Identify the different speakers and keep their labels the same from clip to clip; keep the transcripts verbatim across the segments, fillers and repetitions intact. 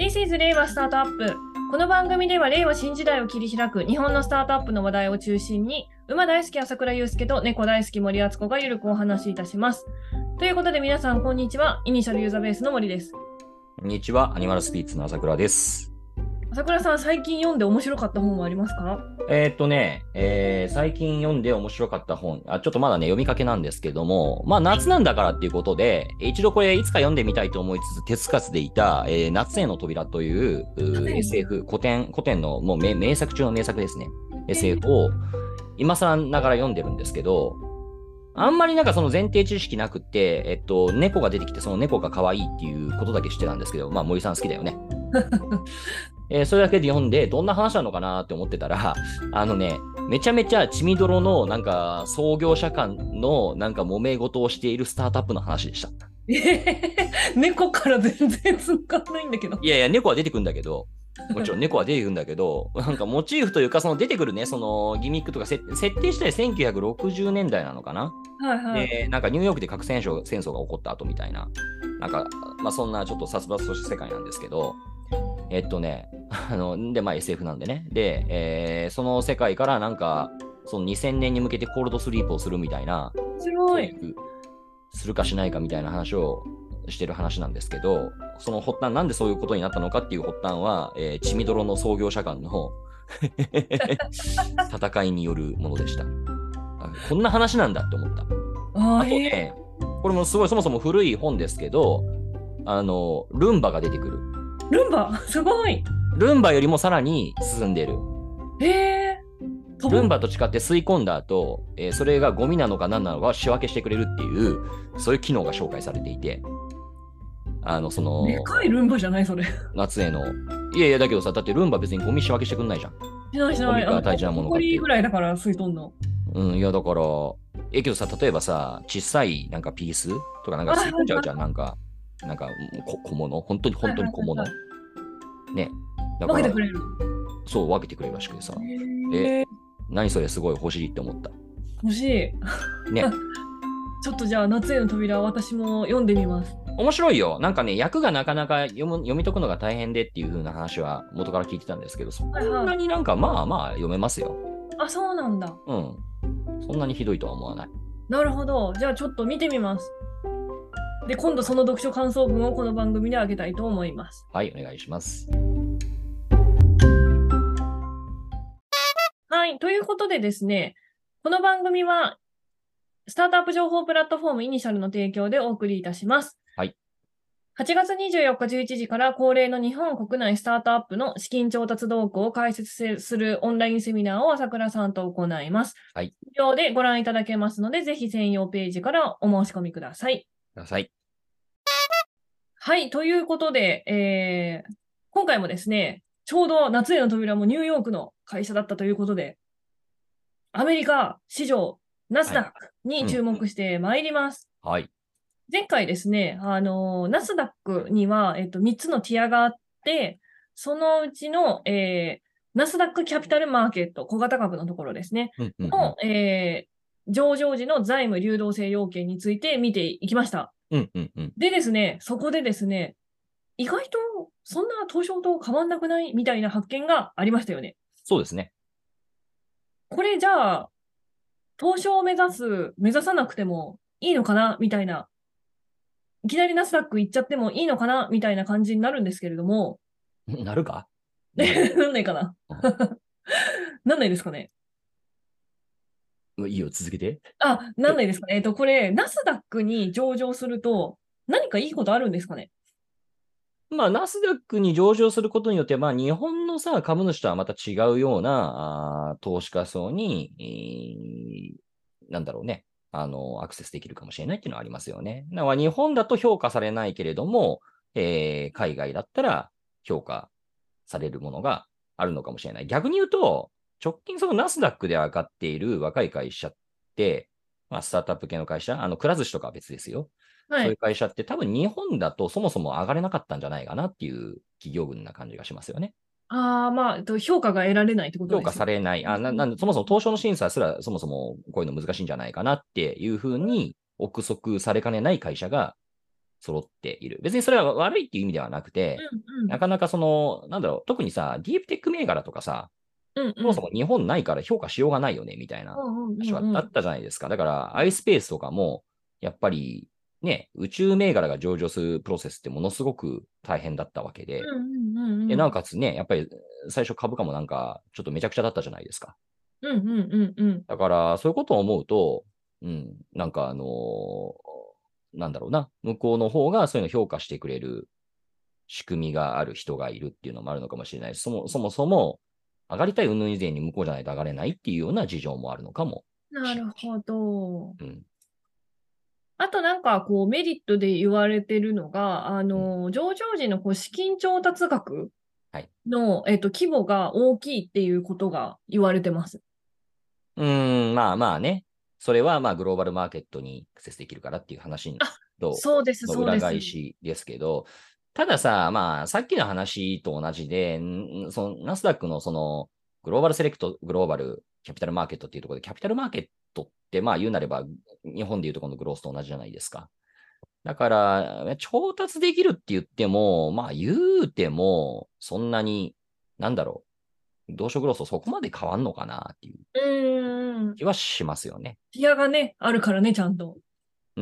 Speaker 1: This is 令和スタートアップ。この番組では令和新時代を切り開く日本のスタートアップの話題を中心に、馬大好き朝倉祐介と猫大好き森敦子がゆるくお話しいたします。ということで皆さんこんにちは。イニシャルユーザーベースの森です。
Speaker 2: こんにちは。アニマルスピーツの朝倉です。
Speaker 1: 朝倉さん、最近読んで面白かった本はありますか？
Speaker 2: えーっとね、えー、最近読んで面白かった本あ、ちょっとまだね、読みかけなんですけども、まあ夏なんだからっていうことで、一度これいつか読んでみたいと思いつつ、手つかずでいた、えー、夏への扉という、う エスエフ、古典、古典のもう名名作中の名作ですね。エスエフ を今更ながら読んでるんですけど、あんまりなんかその前提知識なくって、えっと、猫が出てきて、その猫が可愛いっていうことだけ知ってたんですけど、まあ森さん好きだよね。えー、それだけで読んで、どんな話なのかなって思ってたら、あのね、めちゃめちゃ血みどろの、なんか、創業者間の、なんか、揉め事をしているスタートアップの話でした。
Speaker 1: えー、猫から全然つかないんだけど。
Speaker 2: いやいや、猫は出てくるんだけど、もちろん猫は出てくるんだけど、なんかモチーフというか、その出てくるね、そのギミックとか、設定したいせんきゅうひゃくろくじゅうねんだいなのかな。
Speaker 1: はいはい。
Speaker 2: で、なんかニューヨークで核戦争戦争が起こった後みたいな、なんか、まあそんなちょっと殺伐とした世界なんですけど、えっとね、あの、で、まあ エスエフ なんでね。で、えー、その世界からなんか、そのにせんねんに向けてコールドスリープをするみたいな、
Speaker 1: 面白い。
Speaker 2: するかしないかみたいな話をしてる話なんですけど、その発端、なんでそういうことになったのかっていう発端は、えー、血みどろの創業者間の戦いによるものでした。こんな話なんだって思った。あ, あとね、これもすごいそもそも古い本ですけど、あの、ルンバが出てくる。
Speaker 1: ルンバすごい。
Speaker 2: ルンバよりもさらに進んでる。
Speaker 1: へ
Speaker 2: ー。ルンバと違って吸い込んだ後、えー、それがゴミなのか何なのかを仕分けしてくれるっていう、そういう機能が紹介されていて。あの、その。
Speaker 1: でかいルンバじゃないそれ。
Speaker 2: 夏への。いやいや、だけどさ、だってルンバ別にゴミ仕分けしてくんないじゃん。
Speaker 1: しないしない。
Speaker 2: ゴミが大事なものかっていう。
Speaker 1: ぐらいだから吸い取んの。
Speaker 2: うん、いやだから、え、けどさ、例えばさ、小さいなんかピースとかなんか吸い込んじゃうじゃん。なんか、なんか小物。本当に本当に小物。はいはいはいはい、ね。だから、
Speaker 1: 分けてくれる。
Speaker 2: そう、分けてくれるらしくてさ。え、何それすごい欲しいって思った。
Speaker 1: 欲しい。ね。ちょっとじゃあ、夏への扉、私も読んでみます。
Speaker 2: 面白いよ。なんかね、役がなかなか読む読み解くのが大変でっていう風な話は元から聞いてたんですけど、そんなになんかまあまあ読めますよ。
Speaker 1: あ、そうなんだ。
Speaker 2: うん。そんなにひどいとは思わない。
Speaker 1: なるほど。じゃあちょっと見てみます。で、今度その読書感想文をこの番組であげたいと思います。
Speaker 2: はい、お願いします。
Speaker 1: はい、ということでですね、この番組はスタートアップ情報プラットフォームイニシャルの提供でお送りいたします。
Speaker 2: はい。
Speaker 1: はちがつにじゅうよっかじゅういちじから恒例の日本国内スタートアップの資金調達動向を解説するオンラインセミナーを朝倉さんと行います。
Speaker 2: はい。
Speaker 1: 無料でご覧いただけますので、ぜひ専用ページからお申し込みください。
Speaker 2: ください。
Speaker 1: はい、ということで、えー、今回もですね、ちょうど夏への扉もニューヨークの会社だったということで、アメリカ市場、ナスダックに注目してまいります。
Speaker 2: はい。うん、
Speaker 1: 前回ですね、あの、ナスダックには、えっと、みっつのティアがあって、そのうちの、えー、ナスダックキャピタルマーケット、小型株のところですね、
Speaker 2: うんうんうん、
Speaker 1: の、えー、上場時の財務流動性要件について見ていきました。
Speaker 2: うんうんうん、
Speaker 1: でですね、そこでですね、意外とそんな東証と変わんなくないみたいな発見がありましたよね。
Speaker 2: そうですね。
Speaker 1: これじゃあ、東証を目指す、目指さなくてもいいのかなみたいな。いきなりナスダック行っちゃってもいいのかなみたいな感じになるんですけれども。
Speaker 2: なるか
Speaker 1: なんないかななんないですかね。
Speaker 2: いいよ、続けて。
Speaker 1: あ、なんないですかね。えっと、これ、ナスダックに上場すると、何かいいことあるんですかね。
Speaker 2: まあ、ナスダックに上場することによって、まあ、日本のさ、株主とはまた違うような、あ投資家層に、えー、なんだろうね、あの、アクセスできるかもしれないっていうのはありますよね。だから日本だと評価されないけれども、えー、海外だったら評価されるものがあるのかもしれない。逆に言うと、直近そのナスダックで上がっている若い会社って、まあ、スタートアップ系の会社、あの、くら寿司とかは別ですよ。はい、そういう会社って多分日本だとそもそも上がれなかったんじゃないかなっていう企業群な感じがしますよね。
Speaker 1: ああ、まあ、評価が得られないってことですね。
Speaker 2: 評価されない。あななんでそもそも東証の審査すらそもそもこういうの難しいんじゃないかなっていうふうに憶測されかねない会社が揃っている。別にそれは悪いっていう意味ではなくて、
Speaker 1: うんうん。
Speaker 2: なかなかその、なんだろう、特にさ、ディープテック銘柄とかさ、
Speaker 1: うんうん。
Speaker 2: そもそも日本ないから評価しようがないよね、みたいな
Speaker 1: うんうん
Speaker 2: 話は
Speaker 1: うんうん。
Speaker 2: あったじゃないですか。だから、iSpace とかも、やっぱり、ね、宇宙銘柄が上場するプロセスってものすごく大変だったわけで、
Speaker 1: うんうんうん
Speaker 2: で、
Speaker 1: うん。
Speaker 2: なおかつね、やっぱり最初株価もなんか、ちょっとめちゃくちゃだったじゃないですか。
Speaker 1: うんうんうんうん。
Speaker 2: だから、そういうことを思うと、うん、なんかあのーなんだろうな、向こうの方がそういうのを評価してくれる仕組みがある人がいるっていうのもあるのかもしれないし、そもそもそも上がりたい云々以前に向こうじゃないと上がれないっていうような事情もあるのかも
Speaker 1: な
Speaker 2: しれない。
Speaker 1: るほど。
Speaker 2: うん。
Speaker 1: あとなんかこうメリットで言われてるのが、あ
Speaker 2: うん。
Speaker 1: の、上場時のこう資金調達額
Speaker 2: はい。
Speaker 1: の、えっと、規模が大きいっていうことが言われてます。
Speaker 2: うーん、まあまあね。それはまあグローバルマーケットにアクセスできるからっていう話
Speaker 1: あ、
Speaker 2: と
Speaker 1: そうです、
Speaker 2: の裏
Speaker 1: そうです。
Speaker 2: 返しですけど、たださ、まあさっきの話と同じで、んそのナスダックのそのグローバルセレクト、グローバルキャピタルマーケットっていうところで、キャピタルマーケットってまあ言うなれば日本でいうところのグロースと同じじゃないですか。だから、調達できるって言っても、まあ言うても、そんなに、なんだろう、同色グロースとそこまで変わんのかなっていう
Speaker 1: うーん。
Speaker 2: 気はしますよね。
Speaker 1: ギアがね、あるからね、ちゃんと。
Speaker 2: うん。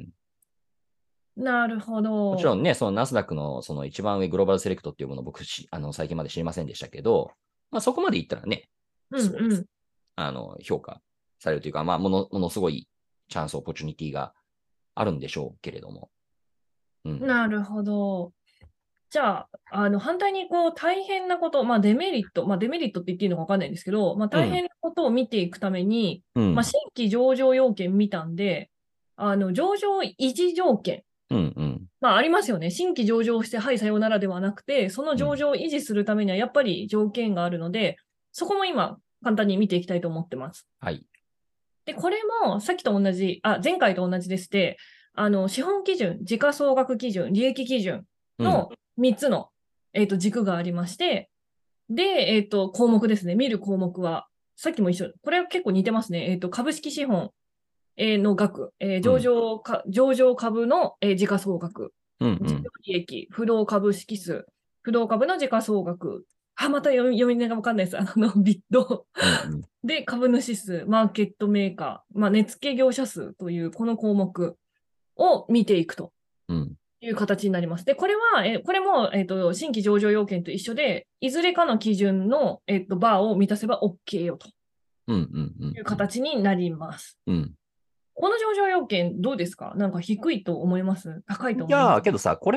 Speaker 1: なるほど。
Speaker 2: もちろんね、そのナスダックのその一番上グローバルセレクトっていうものを僕し、あの、最近まで知りませんでしたけど、まあそこまでいったらね、すごい、
Speaker 1: うんうん。
Speaker 2: あの、評価されるというか、まあもの、ものすごいチャンス、オポチュニティがあるんでしょうけれども。うん。
Speaker 1: なるほど。じゃあ、あの、反対にこう、大変なこと、まあ、デメリット、まあ、デメリットって言っていいのかわかんないんですけど、まあ、
Speaker 2: うん。
Speaker 1: 大変なことを見ていくために、まあ、
Speaker 2: うん。
Speaker 1: 新規上場要件見たんで、あの、上場維持条件、
Speaker 2: うん。うん。
Speaker 1: まあ、ありますよね。新規上場して、はい、さようならではなくて、その
Speaker 2: うん。
Speaker 1: 上場を維持するためには、やっぱり条件があるので、そこも今、簡単に見ていきたいと思ってます。
Speaker 2: はい。
Speaker 1: で、これも、さっきと同じ、あ、前回と同じでして、あの、資本基準、時価総額基準、利益基準
Speaker 2: うん。
Speaker 1: のみっつの、えっと、軸がありまして、で、えっと、項目ですね。見る項目は、さっきも一緒。これは結構似てますね。えっと、株式資本えーの額、えー上
Speaker 2: うん。
Speaker 1: 場か、上場株の、えー時価総額、
Speaker 2: うん。う
Speaker 1: 事業
Speaker 2: ん。
Speaker 1: 利益、不動株式数、不動株の時価総額。あ、また読み、読みがわかんないです。あの、ビット。
Speaker 2: うん。
Speaker 1: で、株主数、マーケットメーカー、まあ、値付け業者数というこの項目を見ていくと
Speaker 2: うん。
Speaker 1: いう形になります。で、これは、えこれも、えっと、新規上場要件と一緒で、いずれかの基準の、えっと、バーを満たせば OK よと
Speaker 2: うん。うん。
Speaker 1: いう
Speaker 2: うん。
Speaker 1: 形になります。
Speaker 2: うん。
Speaker 1: この上場要件どうですか？なんか低いと思います？高いと
Speaker 2: いやー、
Speaker 1: 思います？
Speaker 2: けどさ、これって、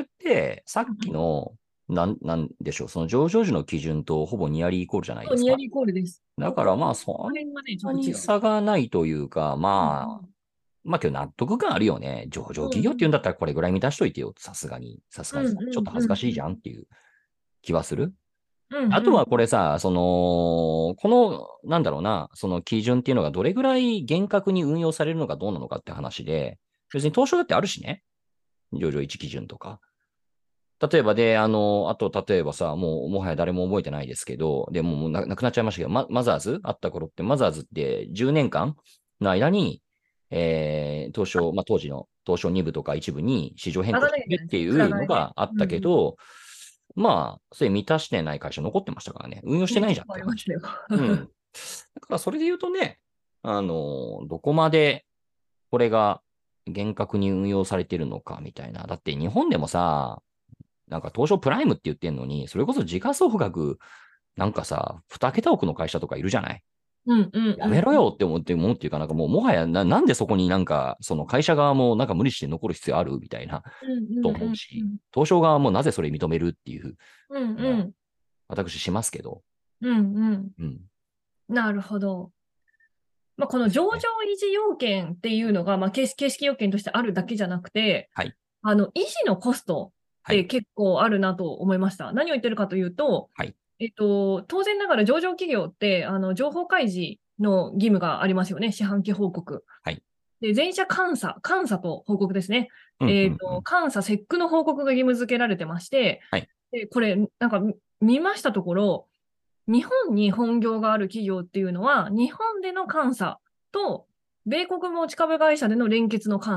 Speaker 2: さっ
Speaker 1: うんうん。
Speaker 2: きの、なん、なんでしょう、その上場時の基準とほぼニアリーイコールじゃない
Speaker 1: そう、
Speaker 2: ですか。
Speaker 1: ニアリーイコールです。
Speaker 2: だからまあ、
Speaker 1: ここ、
Speaker 2: そん
Speaker 1: これがね、ちょっ
Speaker 2: なに
Speaker 1: と違う。
Speaker 2: 差がないというか、
Speaker 1: うん
Speaker 2: まあ、まあけど納得感あるよね。上場
Speaker 1: うん。
Speaker 2: 企業って言うんだ
Speaker 1: うん
Speaker 2: ったらこれぐらい満たしといてよ。さすがに。さすがにさ。
Speaker 1: うんうん
Speaker 2: ちょっと恥ずかしいじゃんっていう気はする。
Speaker 1: うんうん。
Speaker 2: あとはこれさ、その、この、なんだろうな、その基準っていうのがどれぐらい厳格に運用されるのかどうなのかって話で、別に東証だってあるしね。上場一基準とか。例えばで、あの、あと、例えばさ、もう、もはや誰も覚えてないですけど、でももうな、なくなっちゃいましたけど、マ、マザーズあった頃って、マザーズってじゅうねんかんの間に、えー、東証、まあ、当時の東証に部とか一部に市場変
Speaker 1: 上
Speaker 2: 更
Speaker 1: がらなきゃいけないです。
Speaker 2: してっていうの
Speaker 1: くら替えね。
Speaker 2: があったけ
Speaker 1: うん。
Speaker 2: ど、まあ、それ満たしてない会社残ってましたからね。運用して
Speaker 1: ね、
Speaker 2: ないじゃん
Speaker 1: 結構あ
Speaker 2: って話。
Speaker 1: りましたよ。
Speaker 2: うん。だからそれで言うとね、あの、どこまでこれが厳格に運用されてるのかみたいな。だって日本でもさ、なんか東証プライムって言ってんのに、それこそ時価総額、なんかさ、二桁億の会社とかいるじゃない。
Speaker 1: うんうん
Speaker 2: やめろ
Speaker 1: うんうん。
Speaker 2: よって思って思うっていうか、なんかもうもはやな、なんでそこになんか、その会社側もなんか無理して残る必要あるみたいな、
Speaker 1: うん
Speaker 2: と
Speaker 1: うんうんう
Speaker 2: 思うし、
Speaker 1: ん。
Speaker 2: 東証側もなぜそれ認めるっていう
Speaker 1: うん
Speaker 2: のは、
Speaker 1: うん。
Speaker 2: 私しますけど、
Speaker 1: うんうん。
Speaker 2: うん。
Speaker 1: なるほど。まあ、この上場
Speaker 2: ですね。
Speaker 1: 維持要件っていうのが、まあ、形形式要件としてあるだけじゃなくて、
Speaker 2: はい。
Speaker 1: あの、維持のコストって
Speaker 2: はい。
Speaker 1: 結構あるなと思いました。何を言ってるかというと、
Speaker 2: はい。
Speaker 1: えっと、当然ながら上場企業って、あの、情報開示の義務がありますよね。四半期報告。
Speaker 2: はい。
Speaker 1: で、全社監査、監査と報告ですね。
Speaker 2: うん、うん、う
Speaker 1: えっと、
Speaker 2: ん。
Speaker 1: 監査、セックの報告が義務付けられてまして、
Speaker 2: はい。
Speaker 1: で、これ、なんか見ましたところ、日本に本業がある企業っていうのは、日本での監査と、米国持ち株会社での連結の監査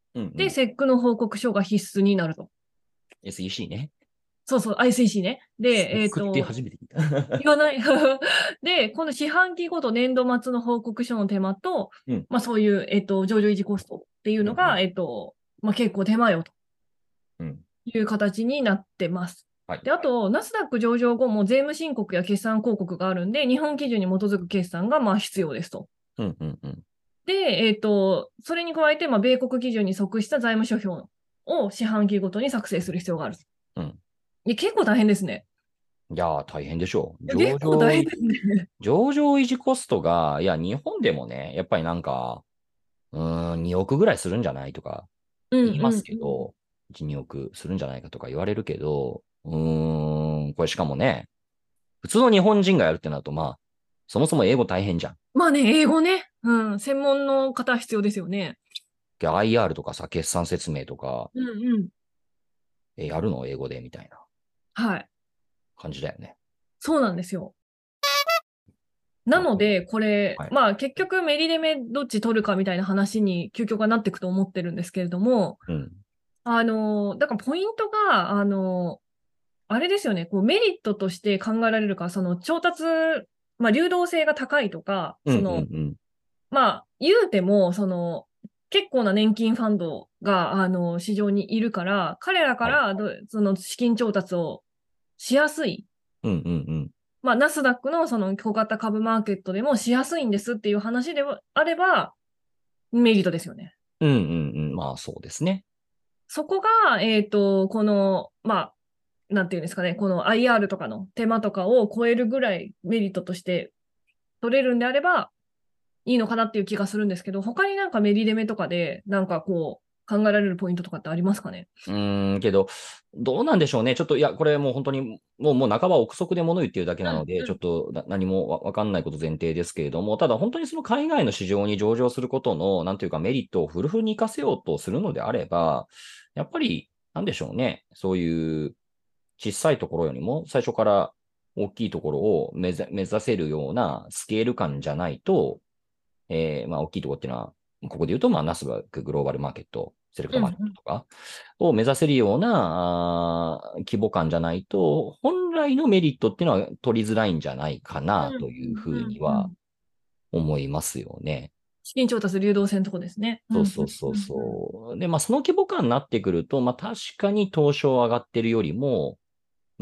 Speaker 1: で、
Speaker 2: うんうん。
Speaker 1: セック の報告書が必須になると。
Speaker 2: エスイーシー ね。
Speaker 1: そうそう、アイエスイーシー ね。で、えっ
Speaker 2: セックって
Speaker 1: と、
Speaker 2: 初めて聞いた。
Speaker 1: 言わない。で、この四半期ごと年度末の報告書の手間と、
Speaker 2: うん。
Speaker 1: まあそういう、えっと、上場維持コストっていうのが、
Speaker 2: うんうん。
Speaker 1: えっと、まあ結構手間よと
Speaker 2: うん。
Speaker 1: いう形になってます。
Speaker 2: はい。
Speaker 1: で、あと、ナスダック上場後も税務申告や決算広告があるんで、日本基準に基づく決算がまあ必要ですと。
Speaker 2: うんうんうん。
Speaker 1: で、えっと、それに加えて、まあ、米国基準に即した財務諸表を四半期ごとに作成する必要がある。
Speaker 2: うん。
Speaker 1: いや結構大変ですね。
Speaker 2: いやー、大変でしょう。
Speaker 1: いや結
Speaker 2: 上場い、
Speaker 1: 構大変ですね。
Speaker 2: 上場維持コストが、いや、日本でもね、やっぱりなんか、うーん、におくぐらいするんじゃないとか
Speaker 1: うん
Speaker 2: 言います
Speaker 1: うんうん。
Speaker 2: けど、いち、におくするんじゃないかとか言われるけど、うーん、これしかもね、普通の日本人がやるってなると、まあ、そもそも英語大変じゃん。
Speaker 1: まあね、英語ね。うん、専門の方必要ですよね。
Speaker 2: で アイアール とかさ、決算説明とか、
Speaker 1: うんうん。
Speaker 2: え、やるの英語でみたいな
Speaker 1: はい。
Speaker 2: 感じだよね。
Speaker 1: そうなんですよ。な
Speaker 2: まあ、
Speaker 1: ので、これ、
Speaker 2: はい。
Speaker 1: まあ結局メリデメどっち取るかみたいな話に究極はなっていくと思ってるんですけれども、
Speaker 2: うん。
Speaker 1: あの、だからポイントが、あの、あれですよね、こうメリットとして考えられるか、その調達、まあ、流動性が高いとか、
Speaker 2: うんう
Speaker 1: その、
Speaker 2: んうん。
Speaker 1: まあ、言うても、その、結構な年金ファンドが、あの、市場にいるから、彼らか
Speaker 2: はい。
Speaker 1: らど、その資金調達をしやすい。
Speaker 2: うんうんうん。
Speaker 1: まあ、ナスダックのその小型株マーケットでもしやすいんですっていう話であれば、メリットですよね。
Speaker 2: うんうんうん。まあ、そうですね。
Speaker 1: そこが、えっと、この、まあ、なんていうんですかね、この アイアール とかの手間とかを超えるぐらいメリットとして取れるんであればいいのかなっていう気がするんですけど、他になんかメリデメとかで、なんかこう、考えられるポイントとかってありますかね？
Speaker 2: うーん、けど、どうなんでしょうね。ちょっと、いや、これもう本当に、もう、もう半ば憶測で物言ってるだけなので、ちょっ
Speaker 1: うんうん。
Speaker 2: とな何もわわかんないこと前提ですけれども、ただ本当にその海外の市場に上場することの、なんていうかメリットをフルフルに活かせようとするのであれば、やっぱり、なんでしょうね。そういう小さいところよりも、最初から大きいところを目指目指せるようなスケール感じゃないと、えーまあ、大きいところっていうのは、ここで言うと、まあ、ナスダックグローバルマーケット、セレクトマーケッ
Speaker 1: うんうん。
Speaker 2: トとかを目指せるようなあー規模感じゃないと、本来のメリットっていうのは取りづらいんじゃないかな
Speaker 1: うん
Speaker 2: というふうには
Speaker 1: うんうん。
Speaker 2: 思いますよね。
Speaker 1: 資金調達流動性のとこですね。うん
Speaker 2: そう
Speaker 1: うん
Speaker 2: そうそう
Speaker 1: うんうん。
Speaker 2: そう。で、まあ、その規模感になってくると、まあ、確かに東証上がってるよりも、うん、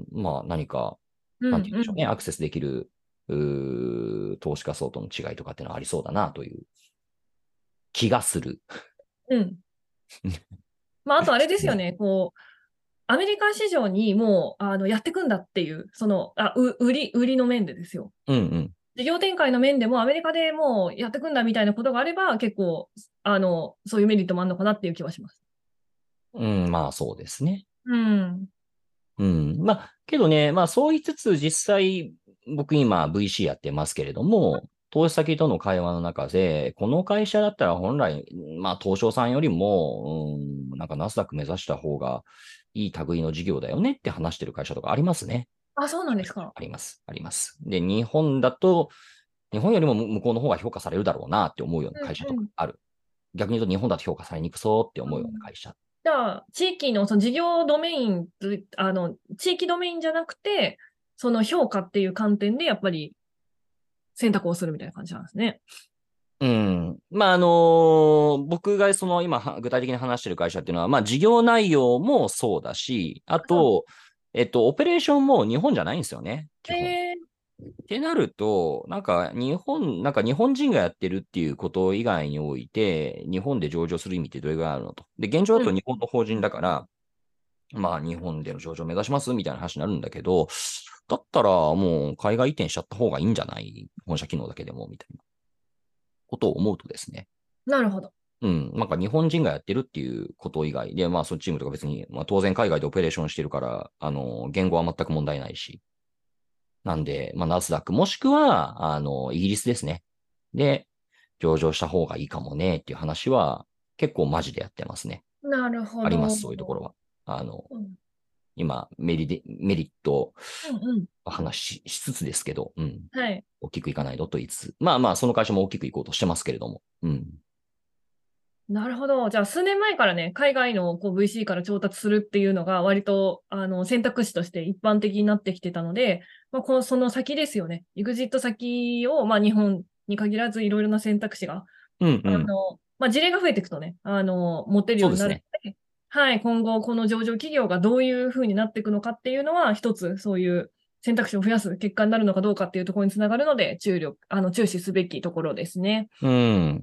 Speaker 2: まあ、何か、
Speaker 1: う
Speaker 2: なんて
Speaker 1: んうん。
Speaker 2: 言うんでしょうね、アクセスできる、うー投資家層との違いとかっていうのはありそうだなという気がする。
Speaker 1: うん。まあ、あとあれですよ
Speaker 2: ね。
Speaker 1: ね、こう、アメリカ市場にもう、あの、やってくんだっていう、その、あ、う、売り、売りの面でですよ。
Speaker 2: うんうん。
Speaker 1: 事業展開の面でもアメリカでもうやってくんだみたいなことがあれば、結構、あの、そういうメリットもあるのかなっていう気はします。
Speaker 2: うん、まあそうですね。
Speaker 1: うん。
Speaker 2: うん。まあ、けどね、まあそう言いつつ実際僕今 ブイシー やってますけれども、投資先との会話の中で、この会社だったら本来、まあ東証さんよりも、うん、なんかナスダック目指した方がいい類の事業だよねって話してる会社とかありますね。
Speaker 1: あ、そうなんですか。
Speaker 2: あります。あります。で、日本だと、日本よりも向こうの方が評価されるだろうなって思うような会社
Speaker 1: うんうん。
Speaker 2: とかある。逆に言うと日本だと評価されにくそうって思うような
Speaker 1: うん。
Speaker 2: 会社。
Speaker 1: じゃあ、地域のその事業ドメイン、あの、地域ドメインじゃなくて、その評価っていう観点でやっぱり選択をするみたいな感じなんですね。
Speaker 2: うん。まあ、あのー僕がその今は具体的に話している会社っていうのは、まあ、事業内容もそうだし、あ
Speaker 1: うん。
Speaker 2: と、えっと、オペレーションも日本じゃないんですよね、基本。っ
Speaker 1: えー、
Speaker 2: てなると、なんか日本、なんか日本人がやってるっていうこと以外において、日本で上場する意味ってどれぐらいあるのと。で、現状だ
Speaker 1: うん。
Speaker 2: と日本の法人だから、まあ、日本での上場を目指しますみたいな話になるんだけど、だったらもう海外移転しちゃった方がいいんじゃない本社機能だけでも、みたいなことを思うとですね。
Speaker 1: なるほど。
Speaker 2: うん。なんか日本人がやってるっていうこと以外で、まあそのチームとか別に、まあ当然海外でオペレーションしてるから、あの、言語は全く問題ないし。なんで、まあナスダックもしくは、あの、イギリスですね。で、上場した方がいいかもねっていう話は結構マジでやってますね。
Speaker 1: なるほど。
Speaker 2: あります、そういうところは。あの、
Speaker 1: うん。
Speaker 2: 今、メリデ、メリット
Speaker 1: うんうん。
Speaker 2: 話ししつつですけど、うん。
Speaker 1: はい。
Speaker 2: 大きくいかないとと言いつつ、まあまあ、その会社も大きくいこうとしてますけれども、うん。
Speaker 1: なるほど。じゃあ、数年前からね、海外のこう ブイシー から調達するっていうのが割とあの選択肢として一般的になってきてたので、まあ、このその先ですよね。エグジット先を、まあ、日本に限らずいろいろな選択肢が、
Speaker 2: うんうん。
Speaker 1: あの、まあ、事例が増えていくとね、あの、持てるようになる
Speaker 2: そうですね。
Speaker 1: ので、はい、今後この上場企業がどういうふうになっていくのかっていうのは、一つそういう選択肢を増やす結果になるのかどうかっていうところにつながるので、注力、あの、注視すべきところですね。
Speaker 2: うん。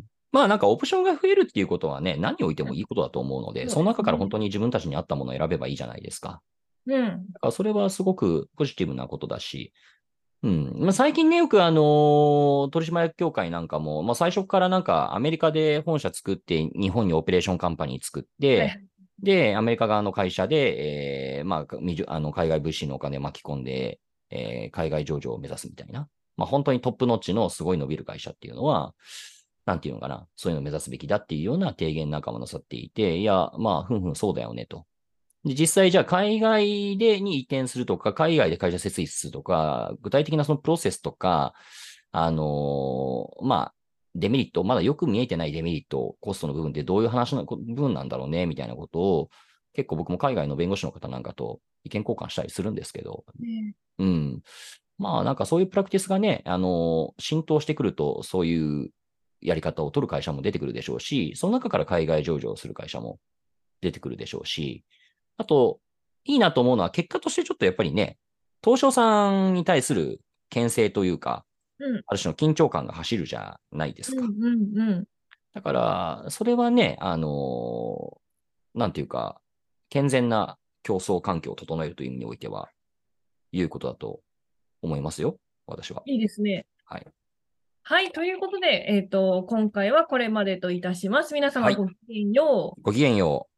Speaker 2: まあなんかオプションが増えるっていうことはね、何においてもいいことだと思うので、
Speaker 1: そう
Speaker 2: その中から
Speaker 1: ですね。
Speaker 2: 本当に自分たちに合ったものを選べばいいじゃないですか。
Speaker 1: うん。
Speaker 2: だからそれはすごくポジティブなことだし、うん。まあ、最近ね、よくあのー取締役協会なんかも、まあ最初からなんかアメリカで本社作って日本にオペレーションカンパニー作って、
Speaker 1: はいはい。
Speaker 2: で、アメリカ側の会社で、えー、まあ、みじゅあの海外 ブイシー のお金を巻き込んで、えー海外上場を目指すみたいな。まあ本当にトップノッチのすごい伸びる会社っていうのは、なんていうのかな、そういうのを目指すべきだっていうような提言なんかもなさっていて、いや、まあ、ふんふんそうだよねと。で、実際じゃあ海外でに移転するとか、海外で会社設立するとか、具体的なそのプロセスとか、あのーまあ、デメリット、まだよく見えてないデメリット、コストの部分ってどういう話の部分なんだろうね、みたいなことを、結構僕も海外の弁護士の方なんかと意見交換したりするんですけど、
Speaker 1: ね
Speaker 2: うん。まあ、なんかそういうプラクティスがね、あのー浸透してくると、そういうやり方を取る会社も出てくるでしょうし、その中から海外上場する会社も出てくるでしょうし、あと、いいなと思うのは、結果としてちょっとやっぱりね、東証さんに対する牽制というか、
Speaker 1: うん、
Speaker 2: ある種の緊張感が走るじゃないですか。
Speaker 1: うん、うん、うん。
Speaker 2: だから、それはね、あのーなんていうか、健全な競争環境を整えるという意味においては、いうことだと思いますよ。私は。
Speaker 1: いいですね。
Speaker 2: はい。
Speaker 1: はい。ということで、えっと、今回はこれまでといたします。皆
Speaker 2: はい。
Speaker 1: 様ごきげんよう。
Speaker 2: ごきげんよう。